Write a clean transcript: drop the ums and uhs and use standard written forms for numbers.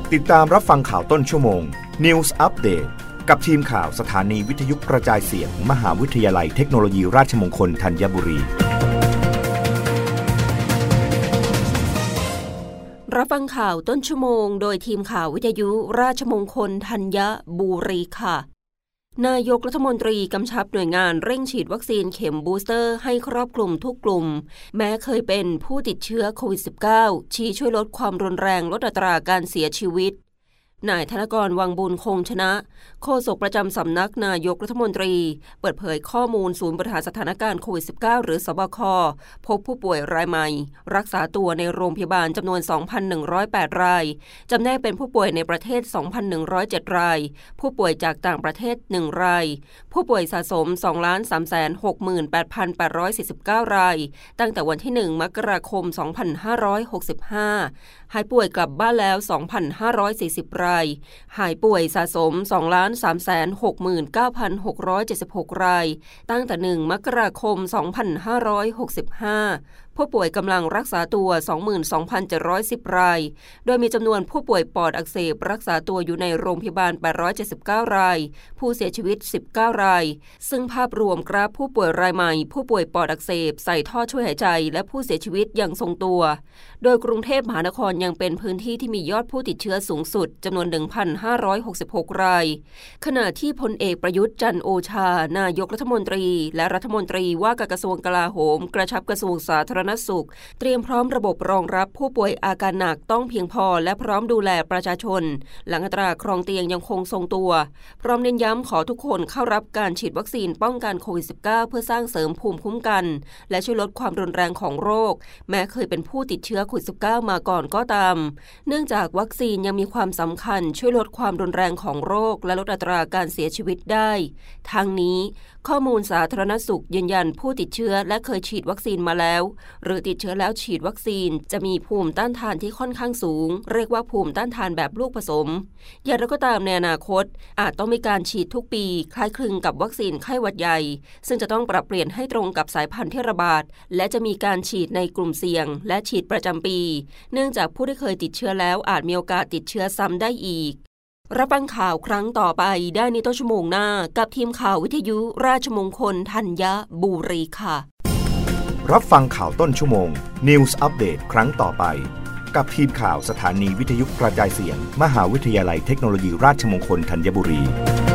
ติดตามรับฟังข่าวต้นชั่วโมง News Update กับทีมข่าวสถานีวิทยุกระจายเสียง มหาวิทยาลัยเทคโนโลยีราชมงคลธัญบุรีรับฟังข่าวต้นชั่วโมงโดยทีมข่าววิทยุราชมงคลธัญบุรีค่ะนายกรัฐมนตรีกำชับหน่วยงานเร่งฉีดวัคซีนเข็มบูสเตอร์ให้ครอบคลุมทุกกลุ่มแม้เคยเป็นผู้ติดเชื้อโควิด -19 ชี้ช่วยลดความรุนแรงลดอัตราการเสียชีวิตนายธนกร วังบุญคงชนะโฆษกประจำสำนักนายกรัฐมนตรีเปิดเผยข้อมูลศูนย์บริหารสถานการณ์โควิด -19 หรือสบคพบผู้ป่วยรายใหม่รักษาตัวในโรงพยาบาลจำนวน 2,108 รายจำแนกเป็นผู้ป่วยในประเทศ 2,107 รายผู้ป่วยจากต่างประเทศ1รายผู้ป่วยสะสม 2,368,849 รายตั้งแต่วันที่1มกราคม 2565หายป่วยกลับบ้านแล้ว 2,540 รายหายป่วยสะสม 2,369,676 รายตั้งแต่1มกราคม 2565ผู้ป่วยกำลังรักษาตัว 22,710 รายโดยมีจำนวนผู้ป่วยปอดอักเสบรักษาตัวอยู่ในโรงพยาบาล 879 รายผู้เสียชีวิต 19 รายซึ่งภาพรวมกราฟผู้ป่วยรายใหม่ผู้ป่วยปอดอักเสบใส่ท่อช่วยหายใจและผู้เสียชีวิตยังทรงตัวโดยกรุงเทพมหานครยังเป็นพื้นที่ที่มียอดผู้ติดเชื้อสูงสุดจำนวน 1,566 รายขณะที่พลเอกประยุทธ์จันทร์โอชานายกรัฐมนตรีและรัฐมนตรีว่าการกระทรวงกลาโหมกระชับกระทรวงสาธารณสุขเตรียมพร้อมระบบรองรับผู้ป่วยอาการหนักต้องเพียงพอและพร้อมดูแลประชาชนหลังอัตราครองเตียงยังคงทรงตัวพร้อมเน้นย้ำขอทุกคนเข้ารับการฉีดวัคซีนป้องกันโควิด -19 เพื่อสร้างเสริมภูมิคุ้มกันและช่วยลดความรุนแรงของโรคแม้เคยเป็นผู้ติดเชื้อโควิด -19 มาก่อนก็ตามเนื่องจากวัคซีนยังมีความสำคัญช่วยลดความรุนแรงของโรคและลดอัตราการเสียชีวิตได้ทั้งนี้ข้อมูลสาธารณสุขยืนยันผู้ติดเชื้อและเคยฉีดวัคซีนมาแล้วหรือติดเชื้อแล้วฉีดวัคซีนจะมีภูมิต้านทานที่ค่อนข้างสูงเรียกว่าภูมิต้านทานแบบลูกผสมอย่างไรก็ตามในอนาคตอาจต้องมีการฉีดทุกปีคล้ายคลึงกับวัคซีนไข้หวัดใหญ่ซึ่งจะต้องปรับเปลี่ยนให้ตรงกับสายพันธุ์ที่ระบาดและจะมีการฉีดในกลุ่มเสี่ยงและฉีดประจำปีเนื่องจากผู้ที่เคยติดเชื้อแล้วอาจมีโอกาสติดเชื้อซ้ำได้อีกรับฟังข่าวครั้งต่อไปได้ในต้นชั่วโมงหน้ากับทีมข่าววิทยุราชมงคลธัญบุรีค่ะรับฟังข่าวต้นชั่วโมง News Update ครั้งต่อไปกับทีมข่าวสถานีวิทยุกระจายเสียง มหาวิทยาลัยเทคโนโลยีราชมงคลธัญบุรี